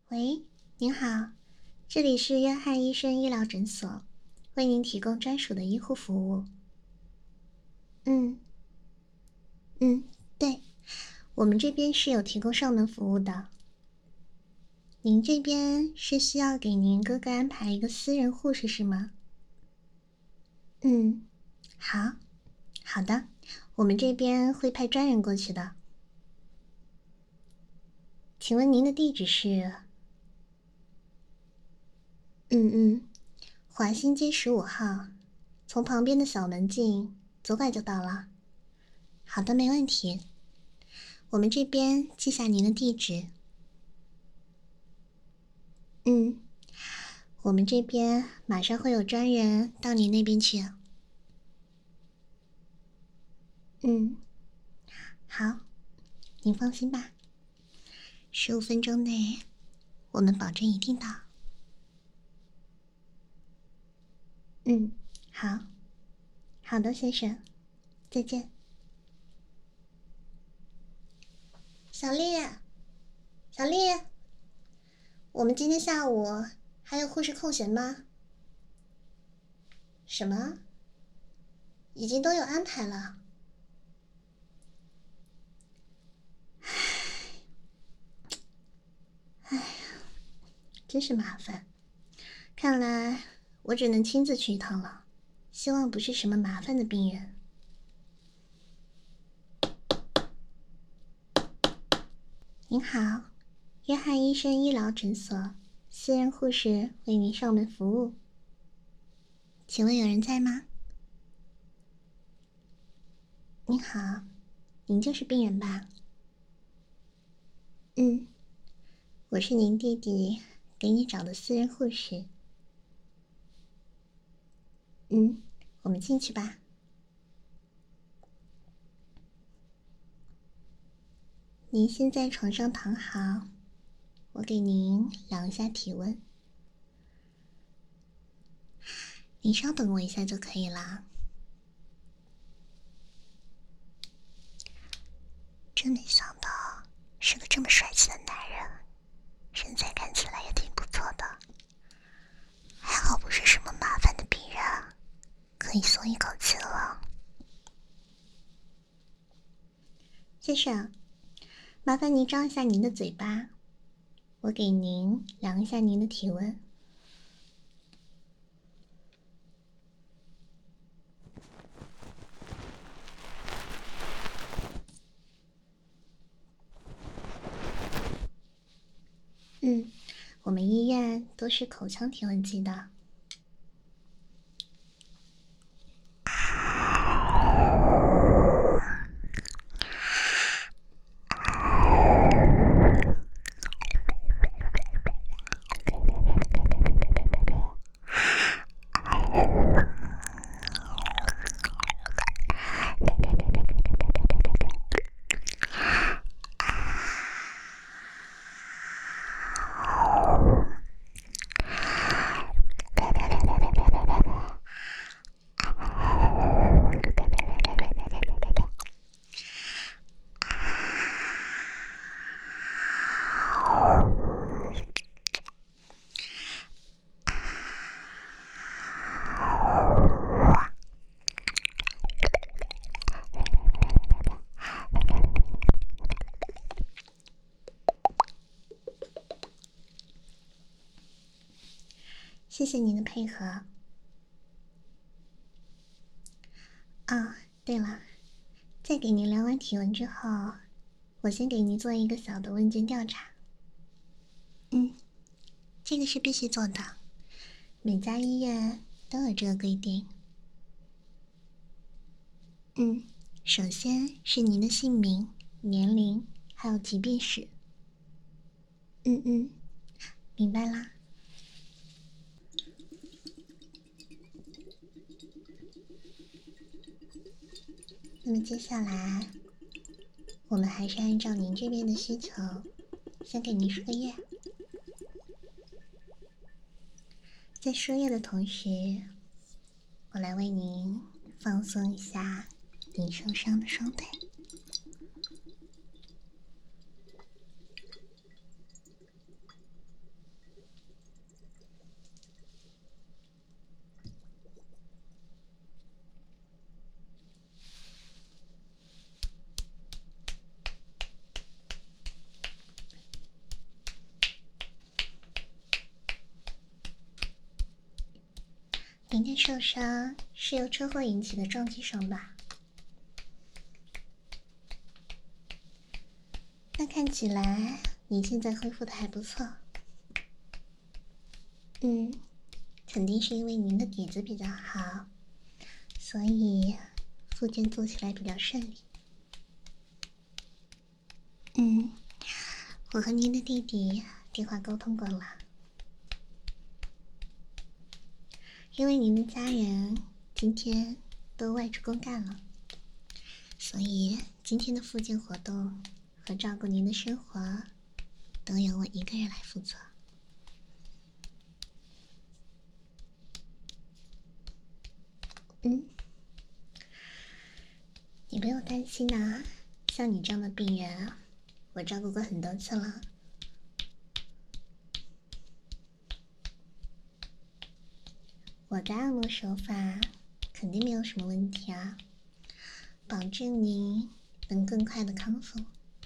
喂，您好，这里是约翰医生医疗诊所，为您提供专属的医护服务。嗯，对，我们这边是有提供上门服务的。您这边是需要给您哥哥安排一个私人护士是吗？好，好的，我们这边会派专人过去的。请问您的地址是？华新街15号，从旁边的小门进，左拐就到了。好的，没问题。我们这边记下您的地址。我们这边马上会有专人到您那边去。好，您放心吧，15分钟内我们保证一定到。好，好的，先生，再见。小丽，小丽，我们今天下午还有护士空闲吗？什么？已经都有安排了。哎呀，真是麻烦。看来我只能亲自去一趟了，希望不是什么麻烦的病人。您好，约翰医生医疗诊所，私人护士为您上门服务。请问有人在吗？您好，您就是病人吧？我是您弟弟给你找的私人护士。我们进去吧。您先在床上躺好，我给您量一下体温。您稍等我一下就可以啦。真没想到是个这么帅气的男人，身材看起来也挺不错的，还好不是什么麻烦的病人，可以松一口气了。先生，麻烦您张一下您的嘴巴，我给您量一下您的体温。我们医院都是口腔体温计的。谢谢您的配合。对了，在给您量完体温之后，我先给您做一个小的问卷调查。这个是必须做的，每家医院都有这个规定。首先是您的姓名、年龄，还有疾病史。明白啦。那么接下来，我们还是按照您这边的需求，先给您输个液。在输液的同时，我来为您放松一下您受伤的双腿。 天受伤是由车祸引起的撞击伤吧？那看起来你现在恢复的还不错。肯定是因为您的底子比较好，所以复健做起来比较顺利。我和您的弟弟电话沟通过了，因为您的家人今天都外出公干了，所以今天的复健活动和照顾您的生活都由我一个人来负责。你不用担心啊，像你这样的病人，我照顾过很多次了。我的按摩手法肯定没有什么问题啊，保证您能更快的康复。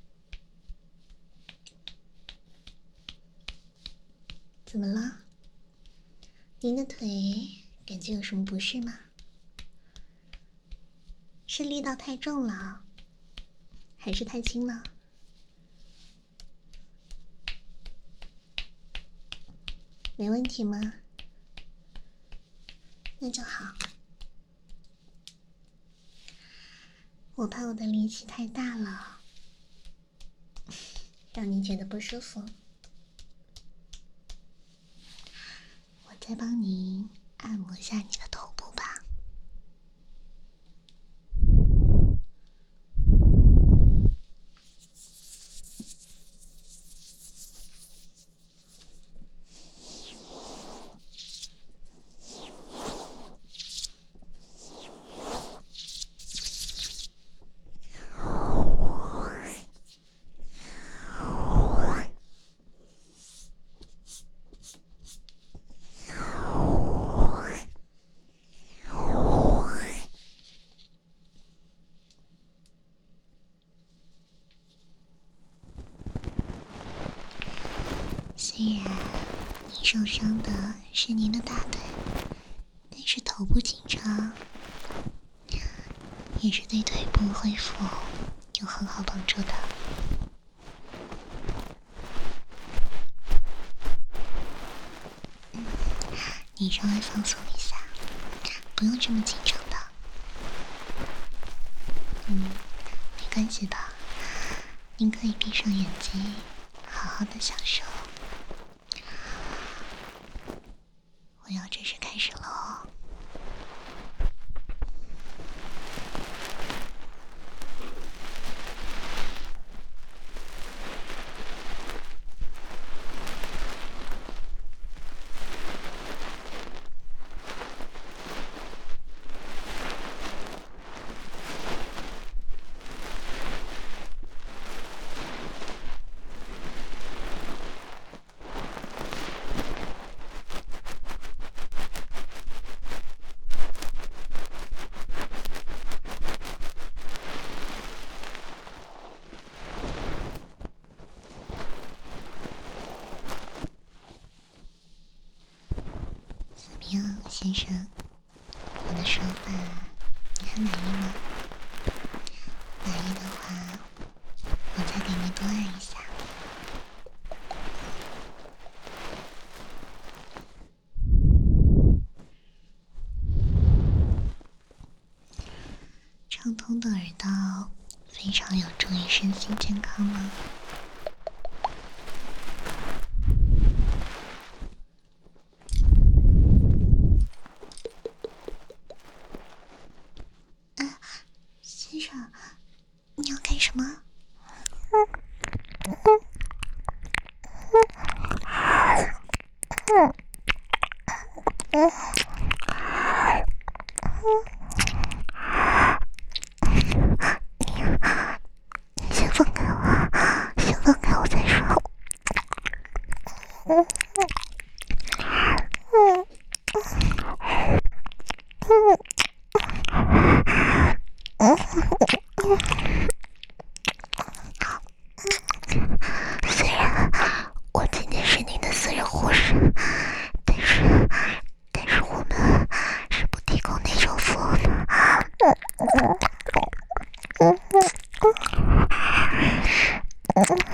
怎么了？您的腿感觉有什么不适吗？是力道太重了，还是太轻了？没问题吗？那就好。我怕我的力气太大了，让你觉得不舒服。我再帮您按摩下你的头部吧。虽然你受伤的是您的大腿，但是头部紧张也是对腿部恢复有很好帮助的。你稍微放松一下，不用这么紧张的。没关系的，您可以闭上眼睛，好好的享受。我要正式开始了哦。怎么样，先生？我的手法你还满意吗？满意的话，我再给你多按一下。畅通的耳道非常有助于身心健康吗？先生，你要干什么？先放开我，先放开我再说。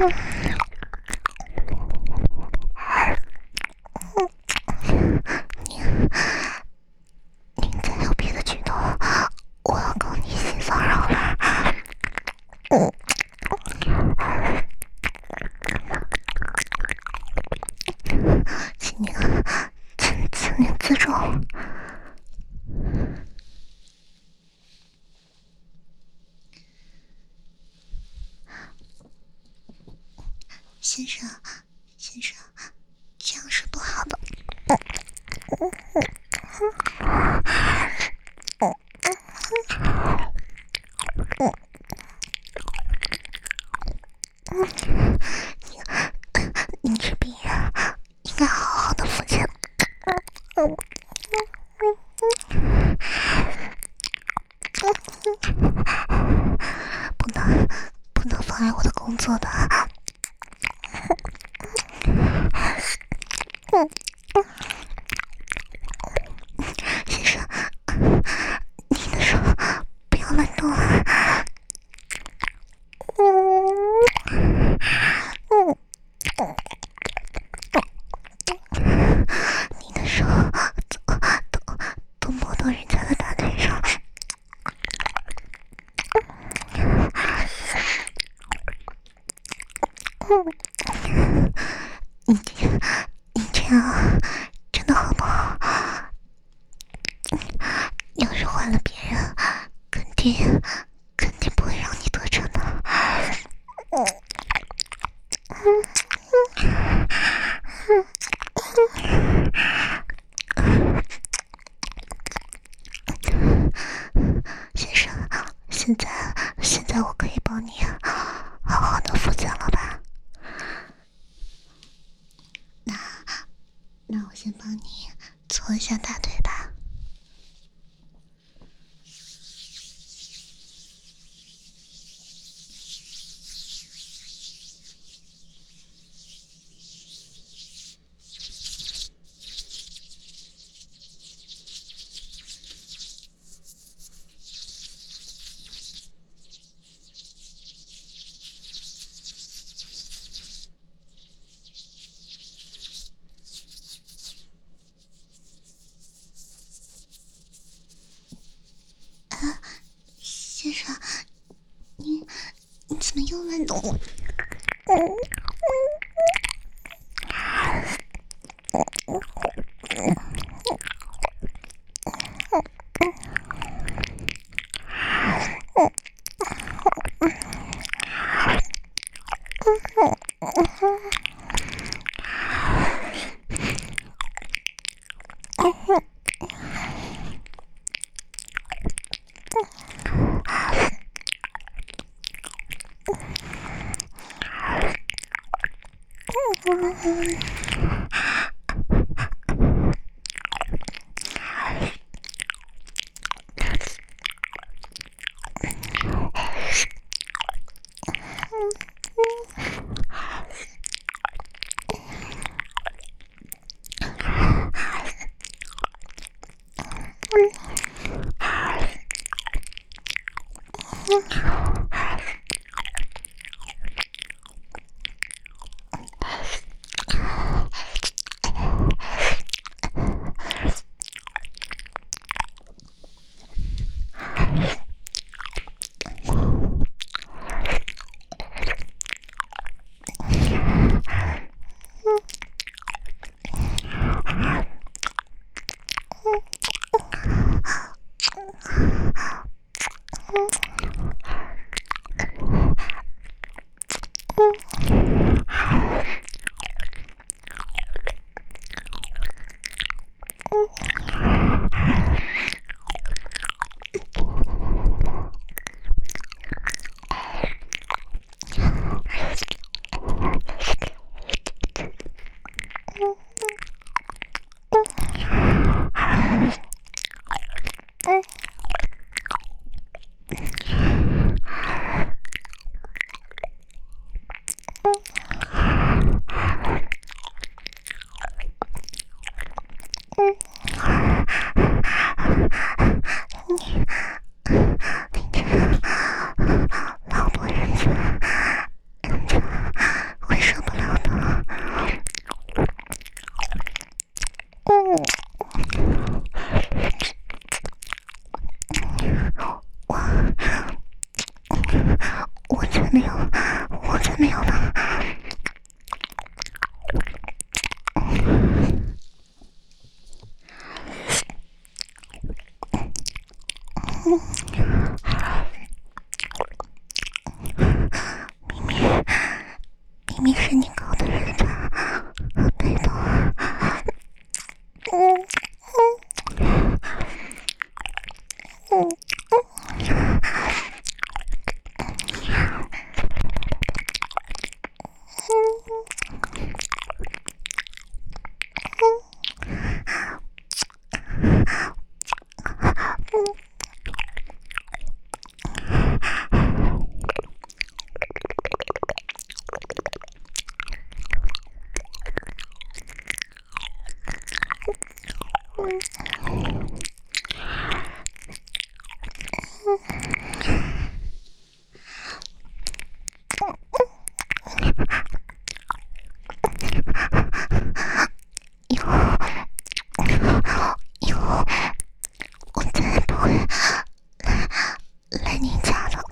你再有别的举动，我要告你性骚扰了。请您自重。先生，这样是不好的。你是病人，应该好好的复健。不能妨碍我的工作的。先生，你的手不要乱动啊。你的手都摸到人家的大腿上。你这样真的好不好？要是换了别人，肯定不会让你得逞的。先生，现在我可以帮你好好的复健了吧？那我先帮你搓一下大腿吧。先生，你怎么又乱动我？ 我才没有，我才没有呢。明明是你搞的人家，被动。以后我再也不会来你家了。